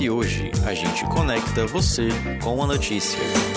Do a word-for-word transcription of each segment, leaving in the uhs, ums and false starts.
S Hoje, a gente conecta você com a notícia.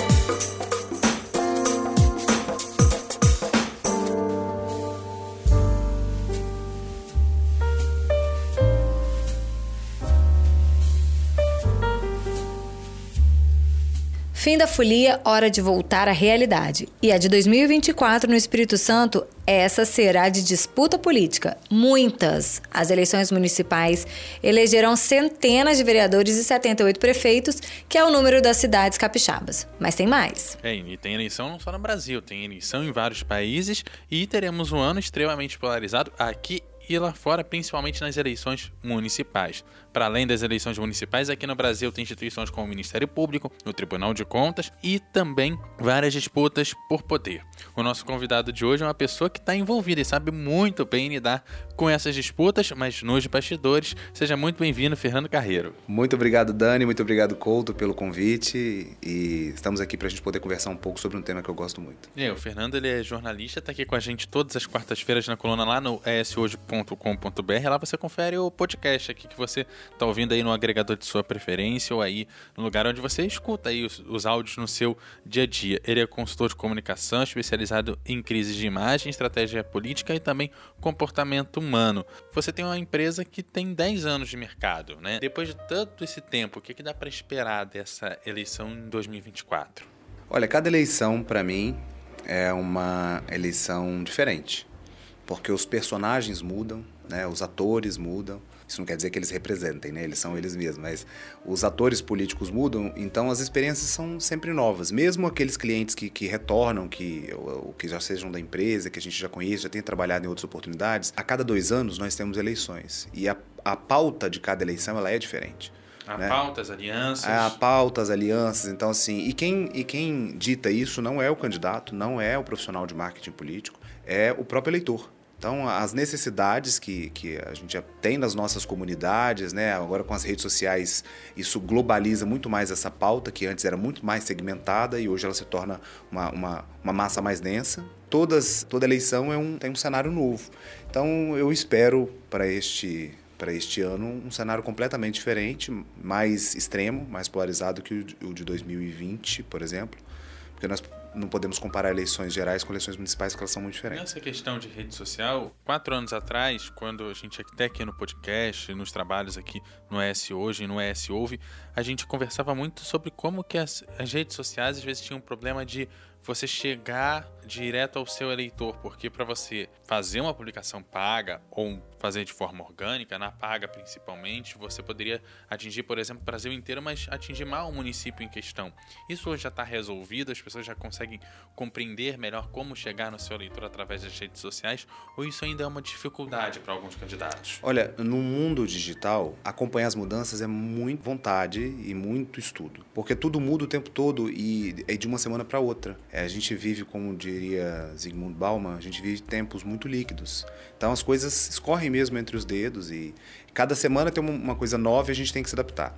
Fim da folia, hora de voltar à realidade. E a de dois mil e vinte e quatro no Espírito Santo, essa será de disputa política. Muitas. As eleições municipais elegerão centenas de vereadores e setenta e oito prefeitos, que é o número das cidades capixabas. Mas tem mais. É, e tem eleição não só no Brasil, tem eleição em vários países e teremos um ano extremamente polarizado aqui e lá fora, principalmente nas eleições municipais. Para além das eleições municipais, aqui no Brasil tem instituições como o Ministério Público, o Tribunal de Contas e também várias disputas por poder. O nosso convidado de hoje é uma pessoa que está envolvida e sabe muito bem lidar com essas disputas, mas nos bastidores. Seja muito bem-vindo, Fernando Carreiro. Muito obrigado, Dani, muito obrigado, Couto, pelo convite, e estamos aqui para a gente poder conversar um pouco sobre um tema que eu gosto muito. É, o Fernando ele é jornalista, está aqui com a gente todas as quartas-feiras na coluna lá no e s hoje ponto com ponto b r. Lá você confere o podcast aqui que você está ouvindo aí no agregador de sua preferência ou aí no lugar onde você escuta aí os, os áudios no seu dia a dia. Ele é consultor de comunicação, especializado em crises de imagem, estratégia política e também comportamento humano. Você tem uma empresa que tem dez anos de mercado, né? Depois de tanto esse tempo, o que, que dá para esperar dessa eleição em dois mil e vinte e quatro? Olha, cada eleição, para mim, é uma eleição diferente, porque os personagens mudam, né? Os atores mudam. Isso não quer dizer que eles representem, né? Eles são eles mesmos, mas os atores políticos mudam, então as experiências são sempre novas. Mesmo aqueles clientes que, que retornam, que, ou, que já sejam da empresa, que a gente já conhece, já tem trabalhado em outras oportunidades, a cada dois anos nós temos eleições. E a, a pauta de cada eleição ela é diferente. A né? pauta, as alianças. A pauta, as alianças. Então, assim, e quem, e quem dita isso não é o candidato, não é o profissional de marketing político, é o próprio eleitor. Então, as necessidades que, que a gente já tem nas nossas comunidades, né? Agora com as redes sociais, isso globaliza muito mais essa pauta, que antes era muito mais segmentada e hoje ela se torna uma, uma, uma massa mais densa. Todas, toda eleição é um, tem um cenário novo. Então, eu espero para este, para este ano um cenário completamente diferente, mais extremo, mais polarizado que o de dois mil e vinte, por exemplo, porque nós não podemos comparar eleições gerais com eleições municipais, porque elas são muito diferentes. Nessa questão de rede social, quatro anos atrás, quando a gente até aqui no podcast, nos trabalhos aqui no E S Hoje e no E S Ouve, a gente conversava muito sobre como que as, as redes sociais às vezes tinham um problema de você chegar direto ao seu eleitor, porque para você fazer uma publicação paga ou fazer de forma orgânica, na paga principalmente, você poderia atingir, por exemplo, o Brasil inteiro, mas atingir mal o município em questão. Isso hoje já está resolvido, as pessoas já conseguem compreender melhor como chegar no seu eleitor através das redes sociais, ou isso ainda é uma dificuldade para alguns candidatos? Olha, no mundo digital, acompanhar as mudanças é muito vontade e muito estudo, porque tudo muda o tempo todo e é de uma semana para outra. É, a gente vive, como diria Zygmunt Bauman, a gente vive tempos muito líquidos. Então as coisas escorrem mesmo entre os dedos e cada semana tem uma coisa nova e a gente tem que se adaptar.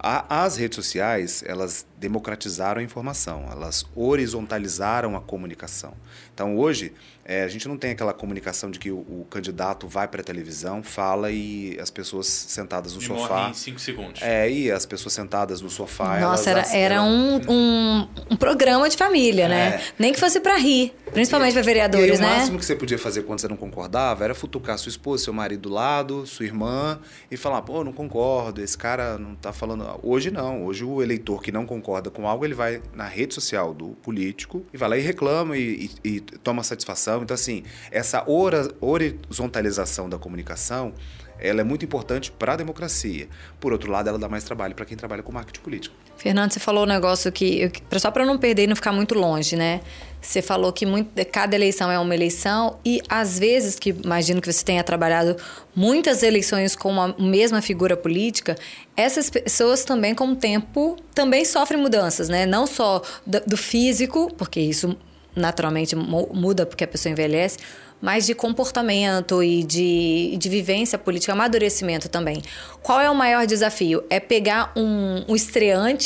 As redes sociais, elas democratizaram a informação, elas horizontalizaram a comunicação. Então, hoje, é, a gente não tem aquela comunicação de que o, o candidato vai para a televisão, fala e as pessoas sentadas no e sofá... morre em cinco segundos. É, e as pessoas sentadas no sofá... Nossa, elas, era, era elas... um, um, um programa de família, é. né? Nem que fosse para rir, principalmente para vereadores, e aí, né? O máximo que você podia fazer quando você não concordava era futucar sua esposa, seu marido do lado, sua irmã, e falar, pô, não concordo, esse cara não tá falando... Hoje não, hoje o eleitor que não concorda com algo, ele vai na rede social do político e vai lá e reclama e, e, e toma satisfação. Então, assim, essa horizontalização da comunicação, ela é muito importante para a democracia. Por outro lado, ela dá mais trabalho para quem trabalha com marketing político. Fernando, você falou um negócio que, só para não perder e não ficar muito longe, né? Você falou que muito, cada eleição é uma eleição e, às vezes, que imagino que você tenha trabalhado muitas eleições com a mesma figura política, essas pessoas também, com o tempo, também sofrem mudanças, né? Não só do, do físico, porque isso naturalmente muda porque a pessoa envelhece, mas de comportamento e de, de vivência política, amadurecimento também. Qual é o maior desafio? É pegar um, um estreante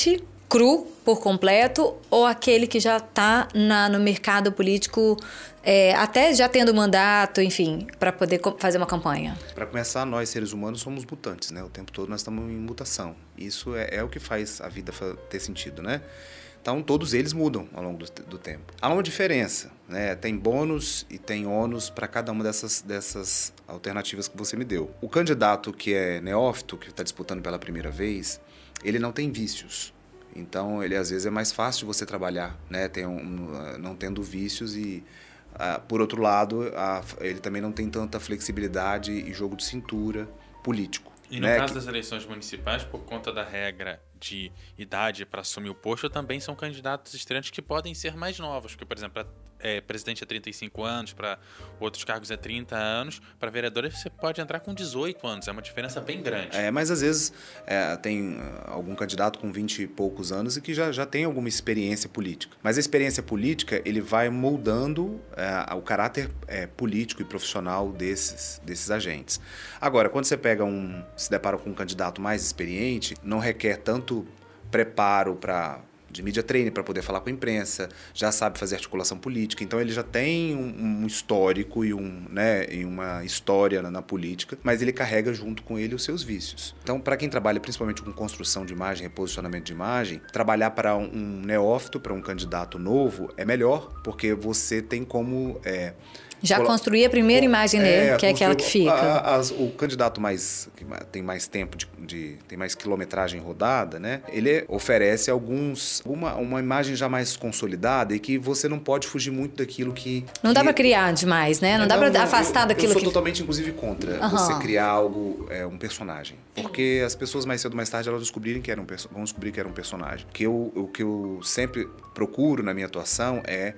cru por completo ou aquele que já está no mercado político, é, até já tendo mandato, enfim, para poder co- fazer uma campanha? Para começar, nós, seres humanos, somos mutantes, né? O tempo todo nós estamos em mutação. Isso é, é o que faz a vida fa- ter sentido, né? Então, todos eles mudam ao longo do, do tempo. Há uma diferença, né? Tem bônus e tem ônus para cada uma dessas, dessas alternativas que você me deu. O candidato que é neófito, que está disputando pela primeira vez, ele não tem vícios. Então, ele às vezes é mais fácil de você trabalhar, né? Tem um, não tendo vícios e, uh, por outro lado, uh, ele também não tem tanta flexibilidade e jogo de cintura político. E no né? caso que... das eleições municipais, por conta da regra de idade para assumir o posto, também são candidatos estreantes que podem ser mais novos, porque, por exemplo, é, presidente é trinta e cinco anos, para outros cargos é trinta anos, para vereadores você pode entrar com dezoito anos, é uma diferença bem grande. É, mas às vezes é, tem algum candidato com vinte e poucos anos e que já, já tem alguma experiência política. Mas a experiência política, ele vai moldando é, o caráter é, político e profissional desses, desses agentes. Agora, quando você pega um, se depara com um candidato mais experiente, não requer tanto preparo para de media training para poder falar com a imprensa, já sabe fazer articulação política, então ele já tem um, um histórico e, um, né, e uma história na, na política, mas ele carrega junto com ele os seus vícios. Então, para quem trabalha principalmente com construção de imagem, reposicionamento de imagem, trabalhar para um, um neófito, para um candidato novo, é melhor, porque você tem como... É, Já construir a primeira imagem dele, é, que é aquela que fica. A, a, o candidato mais que tem mais tempo de, de tem mais quilometragem rodada, né? Ele oferece alguns uma, uma imagem já mais consolidada e que você não pode fugir muito daquilo que não que, dá para criar demais, né? Não, não dá para afastar eu, daquilo eu sou que totalmente inclusive contra uhum. você criar algo é, um personagem, porque as pessoas mais cedo ou mais tarde elas descobrirem que era um vão descobrir que era um personagem. Que eu, o que eu sempre procuro na minha atuação é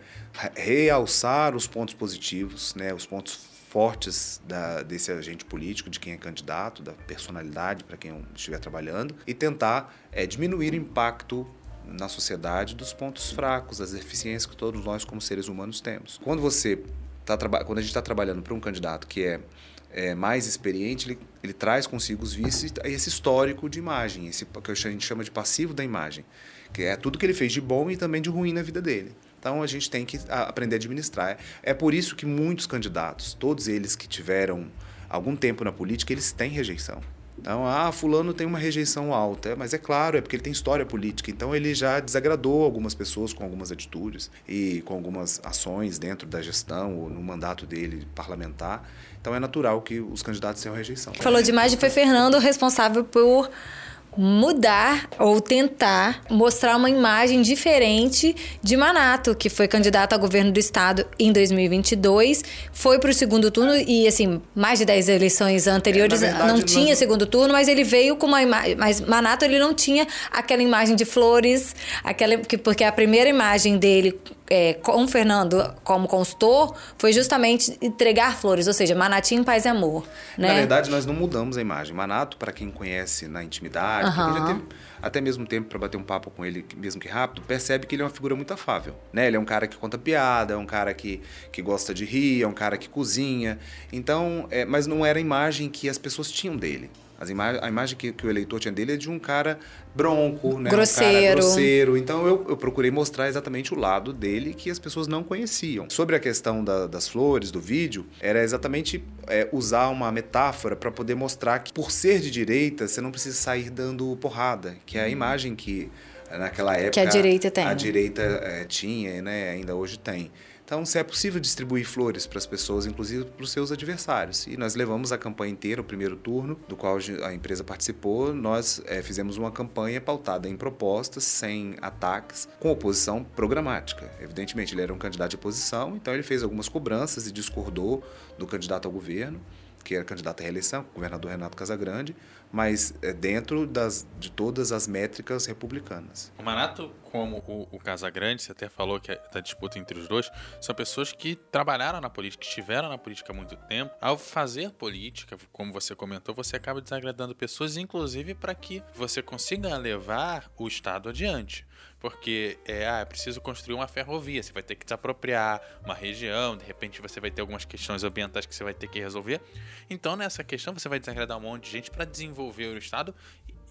realçar os pontos positivos, né, os pontos fortes da, desse agente político, de quem é candidato, da personalidade para quem eu estiver trabalhando, e tentar é, diminuir o impacto na sociedade dos pontos fracos, das deficiências que todos nós como seres humanos temos. Quando você tá, quando a gente está trabalhando para um candidato que é, é mais experiente, ele, ele traz consigo os vícios e esse histórico de imagem, esse que a gente chama de passivo da imagem, que é tudo que ele fez de bom e também de ruim na vida dele. Então, a gente tem que aprender a administrar. É por isso que muitos candidatos, todos eles que tiveram algum tempo na política, eles têm rejeição. Então, ah, fulano tem uma rejeição alta. Mas é claro, é porque ele tem história política. Então, ele já desagradou algumas pessoas com algumas atitudes e com algumas ações dentro da gestão ou no mandato dele parlamentar. Então, é natural que os candidatos tenham rejeição. Falou de imagem, foi Fernando responsável por mudar ou tentar mostrar uma imagem diferente de Manato, que foi candidato a governo do estado em dois mil e vinte e dois, foi para o segundo turno e, assim, mais de dez eleições anteriores é, verdade, não tinha nós... segundo turno, mas ele veio com uma imagem, mas Manato ele não tinha aquela imagem de flores, aquela, porque a primeira imagem dele É, com o Fernando como consultor, foi justamente entregar flores, ou seja, Manatinho, paz e amor. Né? Na verdade, nós não mudamos a imagem. Manato, para quem conhece na intimidade, uhum. quem já teve até mesmo tempo para bater um papo com ele, mesmo que rápido, percebe que ele é uma figura muito afável. Né? Ele é um cara que conta piada, é um cara que, que gosta de rir, é um cara que cozinha. Então, é, mas não era a imagem que as pessoas tinham dele. As ima- a imagem que, que o eleitor tinha dele é de um cara bronco, né? Grosseiro. Um cara grosseiro. Então, eu, eu procurei mostrar exatamente o lado dele que as pessoas não conheciam. Sobre a questão da, das flores, do vídeo, era exatamente é, usar uma metáfora para poder mostrar que, por ser de direita, você não precisa sair dando porrada, que é a imagem que, naquela época, que a direita tem. A direita é, tinha, né? Ainda hoje tem. Então, se é possível distribuir flores para as pessoas, inclusive para os seus adversários. E nós levamos a campanha inteira, o primeiro turno, do qual a empresa participou. Nós é, fizemos uma campanha pautada em propostas, sem ataques, com oposição programática. Evidentemente, ele era um candidato de oposição, então ele fez algumas cobranças e discordou do candidato ao governo, que era candidato à reeleição, o governador Renato Casagrande, mas é dentro das, de todas as métricas republicanas. O Manato, como o, o Casagrande, você até falou que é da disputa entre os dois, são pessoas que trabalharam na política, que estiveram na política há muito tempo. Ao fazer política, como você comentou, você acaba desagradando pessoas, inclusive para que você consiga levar o Estado adiante. Porque é, ah, é preciso construir uma ferrovia, você vai ter que desapropriar uma região, de repente você vai ter algumas questões ambientais que você vai ter que resolver. Então, nessa questão, você vai desagradar um monte de gente para desenvolver o Estado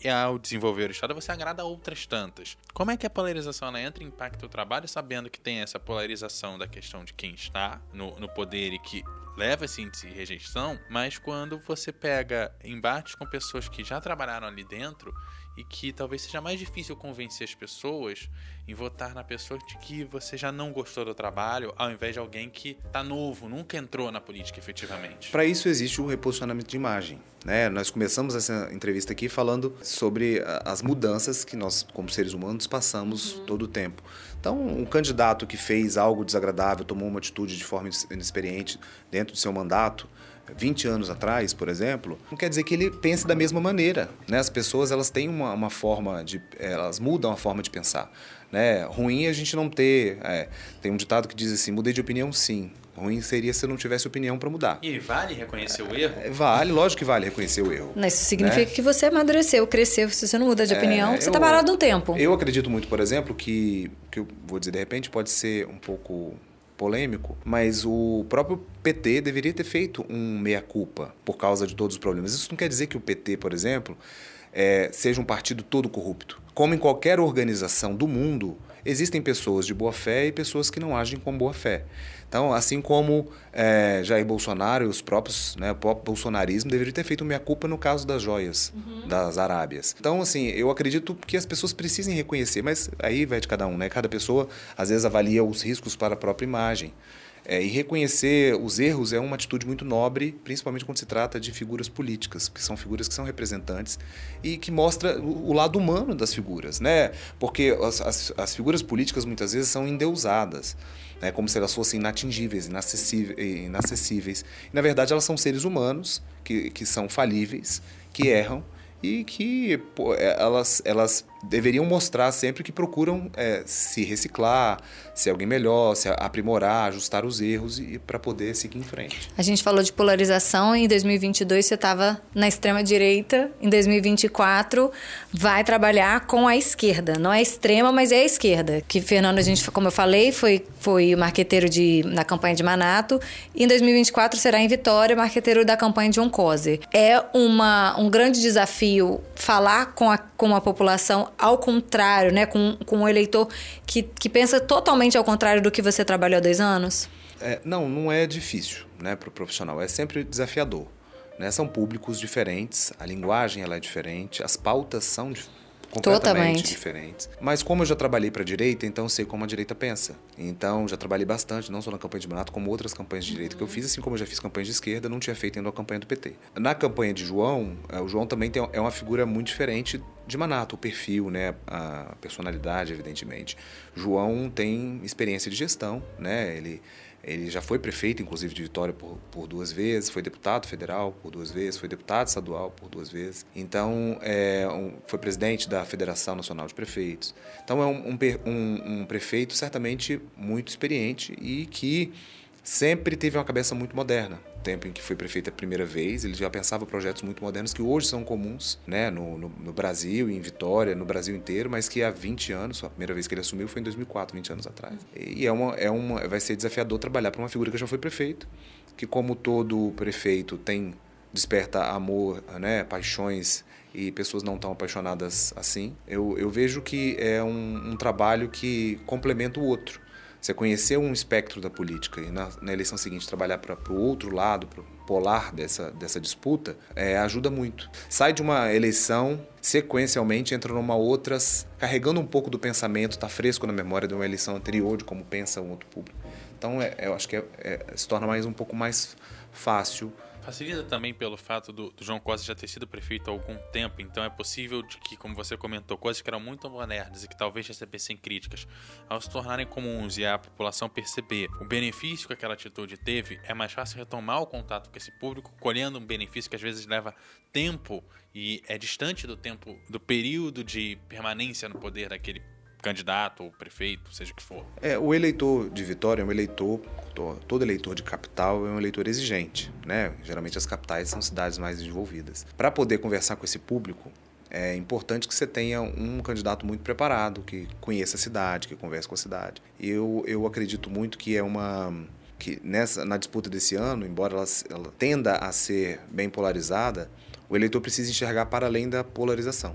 e ao desenvolver o Estado, você agrada a outras tantas. Como é que a polarização ela entra e impacta o trabalho, sabendo que tem essa polarização da questão de quem está no, no poder e que leva esse índice de rejeição, mas quando você pega embates com pessoas que já trabalharam ali dentro e que talvez seja mais difícil convencer as pessoas em votar na pessoa de que você já não gostou do trabalho, ao invés de alguém que está novo, nunca entrou na política efetivamente. Para isso existe o reposicionamento de imagem, né? Nós começamos essa entrevista aqui falando sobre as mudanças que nós, como seres humanos, passamos uhum. todo o tempo. Então, um candidato que fez algo desagradável, tomou uma atitude de forma inexperiente dentro do seu mandato, vinte anos atrás, por exemplo, não quer dizer que ele pense da mesma maneira, né? As pessoas, elas têm uma, uma forma de... elas mudam a forma de pensar, né? Ruim é a gente não ter... É, tem um ditado que diz assim, mudei de opinião sim. Ruim seria se eu não tivesse opinião para mudar. E vale reconhecer o erro? É, vale, lógico que vale reconhecer o erro. Isso significa, né, que você amadureceu, cresceu. Se você não muda de opinião, é, você está parado um tempo. Eu acredito muito, por exemplo, que, que eu vou dizer, de repente, pode ser um pouco polêmico, mas o próprio P T deveria ter feito um meia-culpa por causa de todos os problemas. Isso não quer dizer que o P T, por exemplo, é, seja um partido todo corrupto. Como em qualquer organização do mundo, existem pessoas de boa fé e pessoas que não agem com boa fé. Então, assim como é, Jair Bolsonaro e os próprios, né, o próprio bolsonarismo deveriam ter feito meia-culpa no caso das joias, uhum. das Arábias. Então, assim, eu acredito que as pessoas precisem reconhecer, mas aí vai de cada um, né? Cada pessoa, às vezes, avalia os riscos para a própria imagem. É, e reconhecer os erros é uma atitude muito nobre, principalmente quando se trata de figuras políticas, que são figuras que são representantes e que mostra o, o lado humano das figuras, né? Porque as, as, as figuras políticas muitas vezes são endeusadas, né? Como se elas fossem inatingíveis, inacessíveis, inacessíveis. E, na verdade, elas são seres humanos que, que são falíveis, que erram e que pô, elas, elas deveriam mostrar sempre que procuram é, se reciclar, ser alguém melhor, se aprimorar, ajustar os erros e para poder seguir em frente. A gente falou de polarização, em dois mil e vinte e dois você estava na extrema-direita, em dois mil e vinte e quatro vai trabalhar com a esquerda, não é a extrema, mas é a esquerda, que Fernando, a gente, como eu falei, foi, foi marqueteiro de, na campanha de Manato, e em dois mil e vinte e quatro será em Vitória, marqueteiro da campanha de Oncosi. É uma, um grande desafio falar com a, com a população ao contrário, né? Com, com um eleitor que, que pensa totalmente ao contrário do que você trabalhou há dois anos? É, não, não é difícil, né, para o profissional. É sempre desafiador, né? São públicos diferentes, a linguagem ela é diferente, as pautas são diferentes. Completamente Totalmente. diferentes. Mas como eu já trabalhei para a direita, então sei como a direita pensa. Então já trabalhei bastante, não só na campanha de Manato, como outras campanhas de direita que eu fiz, assim como eu já fiz campanha de esquerda, não tinha feito ainda a campanha do P T. Na campanha de João, o João também tem, é uma figura muito diferente de Manato, o perfil, né, a personalidade, evidentemente. João tem experiência de gestão, né, ele... Ele já foi prefeito, inclusive, de Vitória por, por duas vezes, foi deputado federal por duas vezes, foi deputado estadual por duas vezes. Então, é, um, foi presidente da Federação Nacional de Prefeitos. Então, é um, um, um prefeito certamente muito experiente e que sempre teve uma cabeça muito moderna. No tempo em que foi prefeito a primeira vez, ele já pensava projetos muito modernos que hoje são comuns, né, no, no, no Brasil, em Vitória, no Brasil inteiro, mas que há vinte anos, a primeira vez que ele assumiu foi em dois mil e quatro, vinte anos atrás. E é uma, é uma, vai ser desafiador trabalhar para uma figura que já foi prefeito, que como todo prefeito tem, desperta amor, né, paixões e pessoas não tão apaixonadas assim. Eu, eu vejo que é um, um trabalho que complementa o outro. Você conhecer um espectro da política e na, na eleição seguinte trabalhar para o outro lado, para o polar dessa, dessa disputa, é, ajuda muito. Sai de uma eleição, sequencialmente entra numa outra, carregando um pouco do pensamento, está fresco na memória de uma eleição anterior, de como pensa um outro público. Então, é, eu acho que é, é, se torna mais um pouco mais fácil. Facilita também pelo fato do, do João Costa já ter sido prefeito há algum tempo, então é possível de que, como você comentou, coisas que eram muito modernas e que talvez recebessem críticas, ao se tornarem comuns e a população perceber o benefício que aquela atitude teve, é mais fácil retomar o contato com esse público, colhendo um benefício que às vezes leva tempo e é distante do tempo, do período de permanência no poder daquele candidato ou prefeito, seja o que for. É, o eleitor de Vitória é um eleitor, todo eleitor de capital é um eleitor exigente, né? Geralmente as capitais são cidades mais desenvolvidas. Para poder conversar com esse público, é importante que você tenha um candidato muito preparado, que conheça a cidade, que converse com a cidade. Eu, eu acredito muito que é uma... que nessa, na disputa desse ano, embora ela, ela tenda a ser bem polarizada, o eleitor precisa enxergar para além da polarização.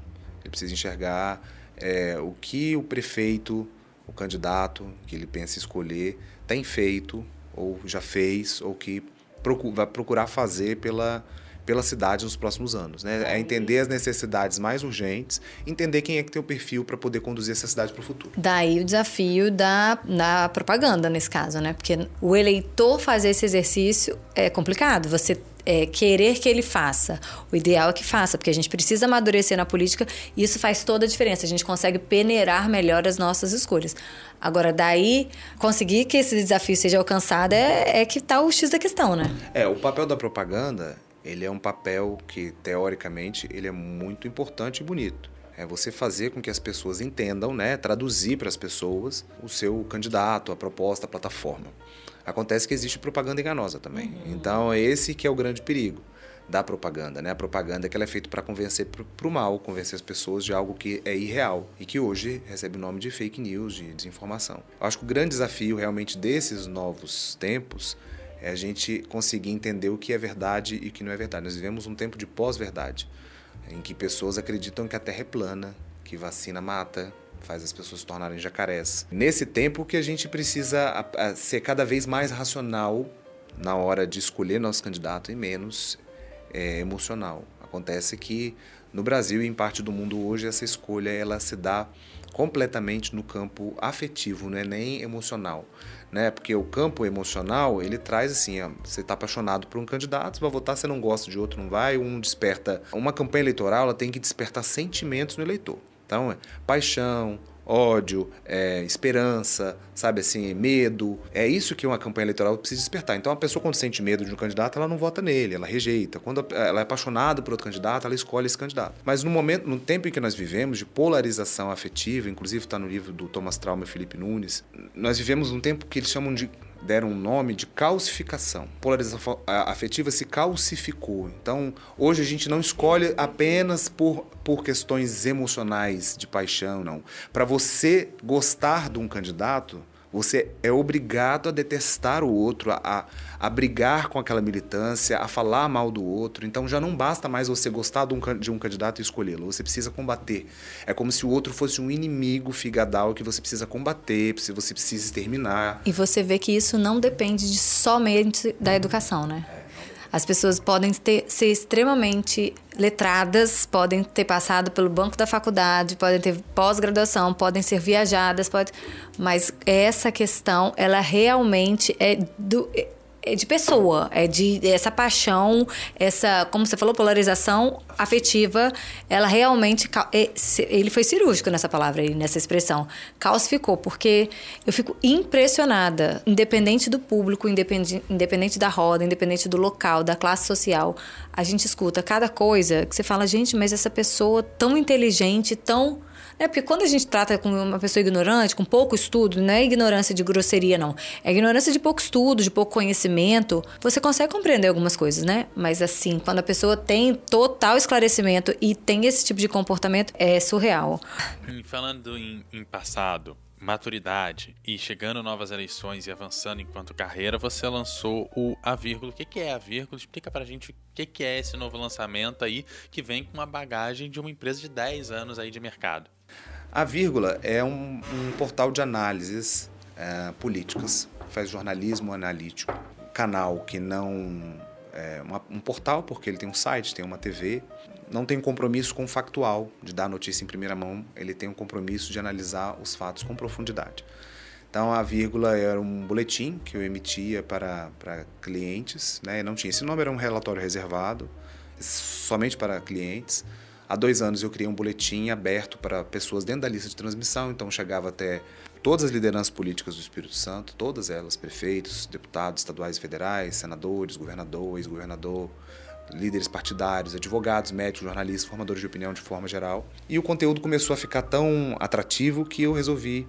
Ele precisa enxergar é, o que o prefeito, o candidato que ele pensa escolher, tem feito, ou já fez, ou que procura, vai procurar fazer pela, pela cidade nos próximos anos. Né? É entender as necessidades mais urgentes, entender quem é que tem o perfil para poder conduzir essa cidade para o futuro. Daí o desafio da, da propaganda, nesse caso, né? Porque o eleitor fazer esse exercício é complicado. Você é, querer que ele faça. O ideal é que faça, porque a gente precisa amadurecer na política e isso faz toda a diferença. A gente consegue peneirar melhor as nossas escolhas. Agora, daí, conseguir que esse desafio seja alcançado é, é que está o X da questão, né? É, o papel da propaganda, ele é um papel que, teoricamente, ele é muito importante e bonito. É você fazer com que as pessoas entendam, né, traduzir para as pessoas o seu candidato, a proposta, a plataforma. Acontece que existe propaganda enganosa também. Uhum. Então, esse que é o grande perigo da propaganda, né? A propaganda é que ela é feita para convencer para o mal, convencer as pessoas de algo que é irreal e que hoje recebe o nome de fake news, de desinformação. Eu acho que o grande desafio realmente desses novos tempos é a gente conseguir entender o que é verdade e o que não é verdade. Nós vivemos um tempo de pós-verdade, em que pessoas acreditam que a Terra é plana, que vacina mata, faz as pessoas se tornarem jacarés. Nesse tempo que a gente precisa a, a, ser cada vez mais racional na hora de escolher nosso candidato e menos é, emocional. Acontece que no Brasil e em parte do mundo hoje essa escolha ela se dá completamente no campo afetivo, não é nem emocional. Né? Porque o campo emocional, ele traz assim, ó, você está apaixonado por um candidato, você vai votar, você não gosta de outro, não vai, um desperta. Uma campanha eleitoral, ela tem que despertar sentimentos no eleitor. Então, é paixão, ódio, é, esperança, sabe assim, medo. É isso que uma campanha eleitoral precisa despertar. Então, a pessoa quando sente medo de um candidato, ela não vota nele, ela rejeita. Quando ela é apaixonada por outro candidato, ela escolhe esse candidato. Mas no momento, no tempo em que nós vivemos de polarização afetiva, inclusive está no livro do Thomas Trauma e Felipe Nunes, nós vivemos um tempo que eles chamam de deram um nome de calcificação. Polarização afetiva se calcificou. Então, hoje a gente não escolhe apenas por, por questões emocionais, de paixão, não. Para você gostar de um candidato, você é obrigado a detestar o outro, a, a brigar com aquela militância, a falar mal do outro. Então já não basta mais você gostar de um, de um candidato e escolhê-lo. Você precisa combater. É como se o outro fosse um inimigo figadal que você precisa combater, você precisa exterminar. E você vê que isso não depende de somente da educação, né? As pessoas podem ter, ser extremamente letradas, podem ter passado pelo banco da faculdade, podem ter pós-graduação, podem ser viajadas, pode... mas essa questão, ela realmente é, do, é de pessoa, é de essa paixão, essa, como você falou, polarização afetiva, ela realmente, ele foi cirúrgico nessa palavra aí, nessa expressão, calcificou, porque eu fico impressionada, independente do público, independente, independente da roda, independente do local, da classe social, a gente escuta cada coisa que você fala, gente, mas essa pessoa tão inteligente, tão... É porque quando a gente trata com uma pessoa ignorante, com pouco estudo, não é ignorância de grosseria, não. É ignorância de pouco estudo, de pouco conhecimento. Você consegue compreender algumas coisas, né? Mas assim, quando a pessoa tem total esclarecimento e tem esse tipo de comportamento, é surreal. Falando em, em passado, maturidade e chegando novas eleições e avançando enquanto carreira, você lançou o A Vírgula. O que é A Vírgula? Explica pra gente o que é esse novo lançamento aí que vem com uma bagagem de uma empresa de dez anos aí de mercado. A Vírgula é um, um portal de análises é, políticas, faz jornalismo analítico. Canal que não... É uma, um portal, porque ele tem um site, tem uma T V, não tem um compromisso com o factual, de dar notícia em primeira mão, ele tem um compromisso de analisar os fatos com profundidade. Então, a Vírgula era um boletim que eu emitia para, para clientes, né? Não tinha esse nome, era um relatório reservado, somente para clientes. Há dois anos eu criei um boletim aberto para pessoas dentro da lista de transmissão, então chegava até todas as lideranças políticas do Espírito Santo, todas elas, prefeitos, deputados estaduais e federais, senadores, governador, ex-governador, líderes partidários, advogados, médicos, jornalistas, formadores de opinião de forma geral. E o conteúdo começou a ficar tão atrativo que eu resolvi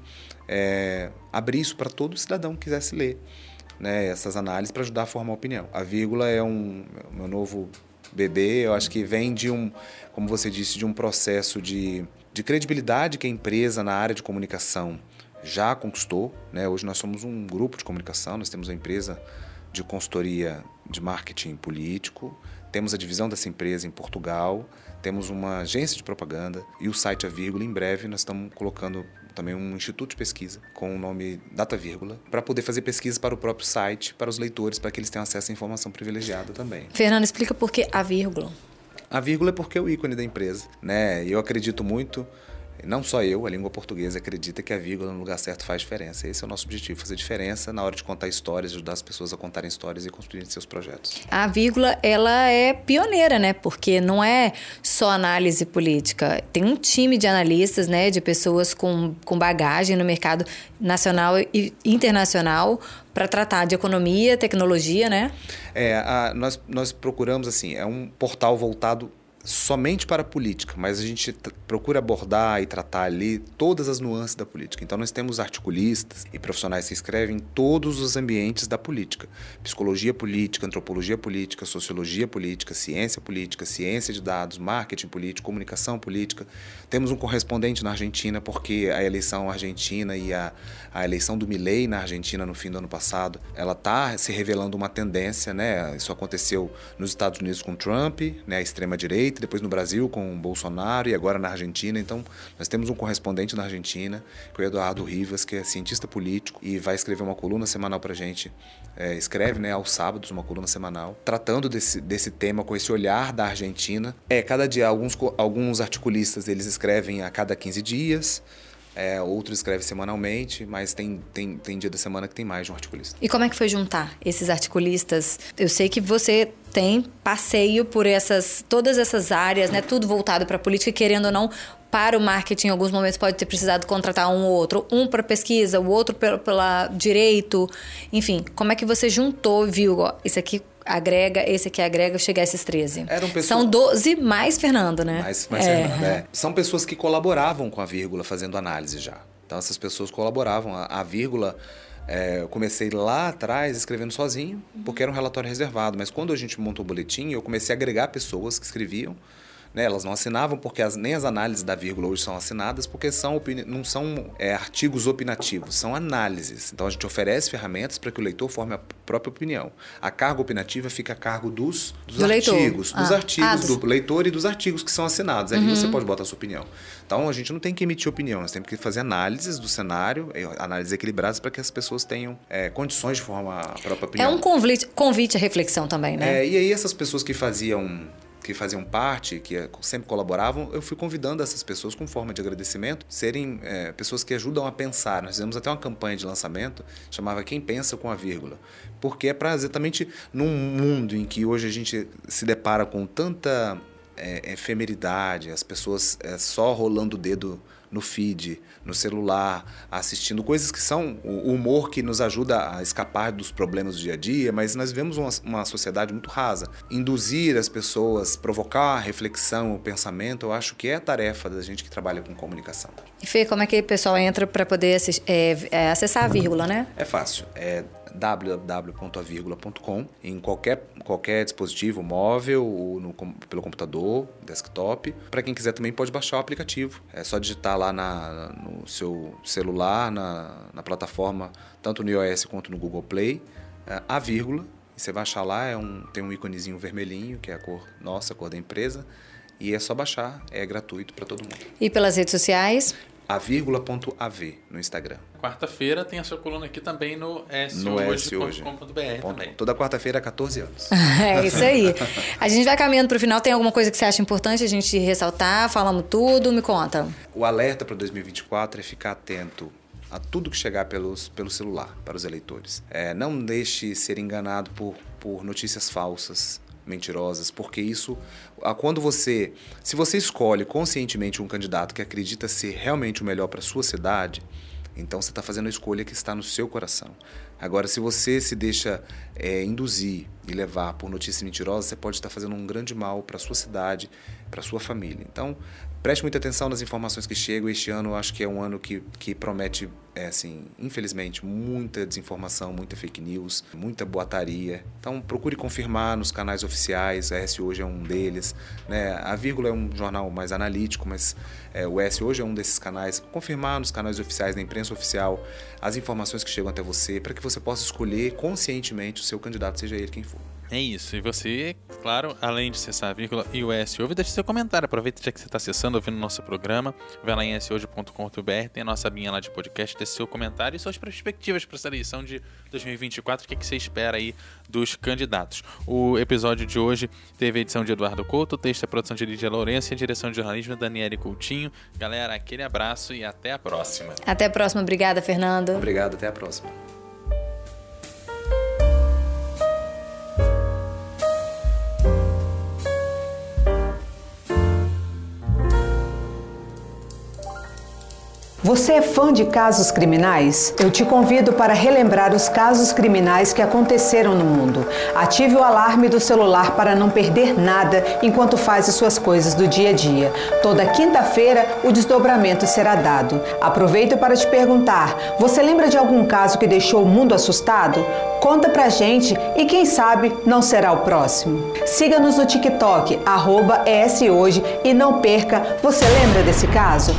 é, abrir isso para todo cidadão que quisesse ler, né, essas análises para ajudar a formar opinião. A Vírgula é um meu novo bebê, eu acho que vem de um, como você disse, de um processo de, de credibilidade que a empresa na área de comunicação já conquistou, né? Hoje nós somos um grupo de comunicação, nós temos uma empresa de consultoria de marketing político, temos a divisão dessa empresa em Portugal, temos uma agência de propaganda e o site A Vírgula. Em breve nós estamos colocando também um instituto de pesquisa com o nome Data Vírgula, para poder fazer pesquisa para o próprio site, para os leitores, para que eles tenham acesso à informação privilegiada também. Fernando, explica por que A Vírgula. A vírgula é porque é o ícone da empresa, né? E eu acredito muito, não só eu, a língua portuguesa acredita que a vírgula no lugar certo faz diferença. Esse é o nosso objetivo, fazer diferença na hora de contar histórias, ajudar as pessoas a contarem histórias e construírem seus projetos. A vírgula, ela é pioneira, né? Porque não é só análise política. Tem um time de analistas, né? De pessoas com, com bagagem no mercado nacional e internacional para tratar de economia, tecnologia, né? É, a, nós, nós procuramos, assim, é um portal voltado somente para a política, mas a gente t- procura abordar e tratar ali todas as nuances da política. Então nós temos articulistas e profissionais que escrevem em todos os ambientes da política. Psicologia política, antropologia política, sociologia política, ciência política, ciência de dados, marketing político, comunicação política. Temos um correspondente na Argentina, porque a eleição argentina e a, a eleição do Milei na Argentina no fim do ano passado, ela está se revelando uma tendência, né? Isso aconteceu nos Estados Unidos com Trump, né? A extrema-direita, depois no Brasil com o Bolsonaro e agora na Argentina. Então, nós temos um correspondente na Argentina, que é o Eduardo Rivas, que é cientista político e vai escrever uma coluna semanal para a gente. É, escreve, né, aos sábados, uma coluna semanal, tratando desse, desse tema com esse olhar da Argentina. É, cada dia, alguns, alguns articulistas, eles escrevem a cada quinze dias, É, outro escreve semanalmente, mas tem, tem, tem dia da semana que tem mais de um articulista. E como é que foi juntar esses articulistas? Eu sei que você tem passeio por essas, todas essas áreas, né? Tudo voltado para a política, querendo ou não, para o marketing, em alguns momentos pode ter precisado contratar um ou outro. Um para pesquisa, o outro pela, pela direito. Enfim, como é que você juntou, viu? Ó, esse aqui agrega, esse aqui agrega, chegar a esses treze. Eram pessoas... São doze mais Fernando, né? Mais, mais é. Fernando, é. São pessoas que colaboravam com a vírgula fazendo análise já. Então essas pessoas colaboravam. A, a vírgula, é, eu comecei lá atrás escrevendo sozinho, porque era um relatório reservado. Mas quando a gente montou o boletim, eu comecei a agregar pessoas que escreviam. Né, elas não assinavam, porque as, nem as análises da vírgula hoje são assinadas, porque são opini- não são é, artigos opinativos, são análises. Então a gente oferece ferramentas para que o leitor forme a própria opinião. A carga opinativa fica a cargo dos, dos do artigos, ah. dos artigos ah, do leitor e dos artigos que são assinados. Aí uhum. você pode botar a sua opinião. Então a gente não tem que emitir opinião, nós temos que fazer análises do cenário, análises equilibradas para que as pessoas tenham é, condições de formar a própria opinião. É um convite, convite à reflexão também, né? É, e aí essas pessoas que faziam... que faziam parte, que sempre colaboravam, eu fui convidando essas pessoas com forma de agradecimento, serem é, pessoas que ajudam a pensar. Nós fizemos até uma campanha de lançamento, chamava Quem Pensa com a Vírgula, porque é para exatamente num mundo em que hoje a gente se depara com tanta é, efemeridade, as pessoas é, só rolando o dedo no feed, no celular, assistindo coisas que são o humor que nos ajuda a escapar dos problemas do dia a dia, mas nós vivemos uma, uma sociedade muito rasa. Induzir as pessoas, provocar a reflexão, o pensamento, eu acho que é a tarefa da gente que trabalha com comunicação. E Fê, como é que o pessoal entra para poder assist, é, é, acessar a vírgula, né? É fácil, é w w w ponto a vírgula ponto com, em qualquer, qualquer dispositivo móvel ou no, pelo computador, desktop. Para quem quiser também pode baixar o aplicativo. É só digitar lá na, no seu celular, na, na plataforma, tanto no iOS quanto no Google Play, é, a vírgula. E você vai achar lá, é um, tem um íconezinho vermelhinho, que é a cor nossa, a cor da empresa. E é só baixar, é gratuito para todo mundo. E pelas redes sociais? a vírgula ponto a v no Instagram. Quarta-feira tem a sua coluna aqui também no s no hoje ponto com ponto b r também. Toda quarta-feira há catorze anos. É isso aí. A gente vai caminhando para o final. Tem alguma coisa que você acha importante a gente ressaltar? Falamos tudo? Me conta. O alerta para dois mil e vinte e quatro é ficar atento a tudo que chegar pelos, pelo celular para os eleitores. É, não deixe ser enganado por, por notícias falsas, mentirosas, porque isso, quando você, se você escolhe conscientemente um candidato que acredita ser realmente o melhor para a sua cidade, então você está fazendo a escolha que está no seu coração. Agora, se você se deixa é, induzir e levar por notícias mentirosas, você pode estar fazendo um grande mal para a sua cidade, para a sua família. Então, preste muita atenção nas informações que chegam. Este ano, eu acho que é um ano que, que promete, é, assim, infelizmente, muita desinformação, muita fake news, muita boataria. Então, procure confirmar nos canais oficiais. A S Hoje é um deles, né? A Vírgula é um jornal mais analítico, mas é, o S Hoje é um desses canais. Confirmar nos canais oficiais, na imprensa oficial, as informações que chegam até você, para que você possa escolher conscientemente o seu candidato, seja ele quem for. É isso. E você, claro, além de acessar a vírgula e o E S Ouve, deixe seu comentário. Aproveita já que você está acessando, ouvindo o nosso programa. Vai lá em s hoje ponto com ponto b r, tem a nossa abinha lá de podcast, deixe seu comentário e suas perspectivas para essa eleição de dois mil e vinte e quatro. O que, que você espera aí dos candidatos? O episódio de hoje teve a edição de Eduardo Couto, o texto e a produção de Lídia Lourenço e a direção de jornalismo da Daniele Coutinho. Galera, aquele abraço e até a próxima. Até a próxima. Obrigada, Fernando. Obrigado, até a próxima. Você é fã de casos criminais? Eu te convido para relembrar os casos criminais que aconteceram no mundo. Ative o alarme do celular para não perder nada enquanto faz as suas coisas do dia a dia. Toda quinta-feira, o desdobramento será dado. Aproveito para te perguntar, você lembra de algum caso que deixou o mundo assustado? Conta pra gente e quem sabe não será o próximo. Siga-nos no TikTok, arroba E S Hoje, e não perca, você lembra desse caso?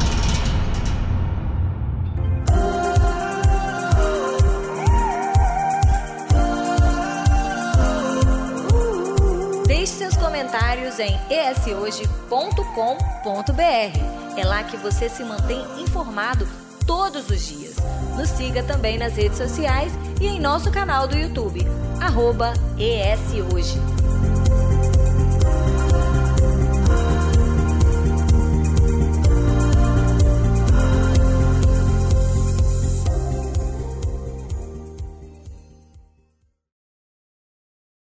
Comentários em e s hoje ponto com ponto b r. É lá que você se mantém informado todos os dias. Nos siga também nas redes sociais e em nosso canal do YouTube, arroba E S Hoje.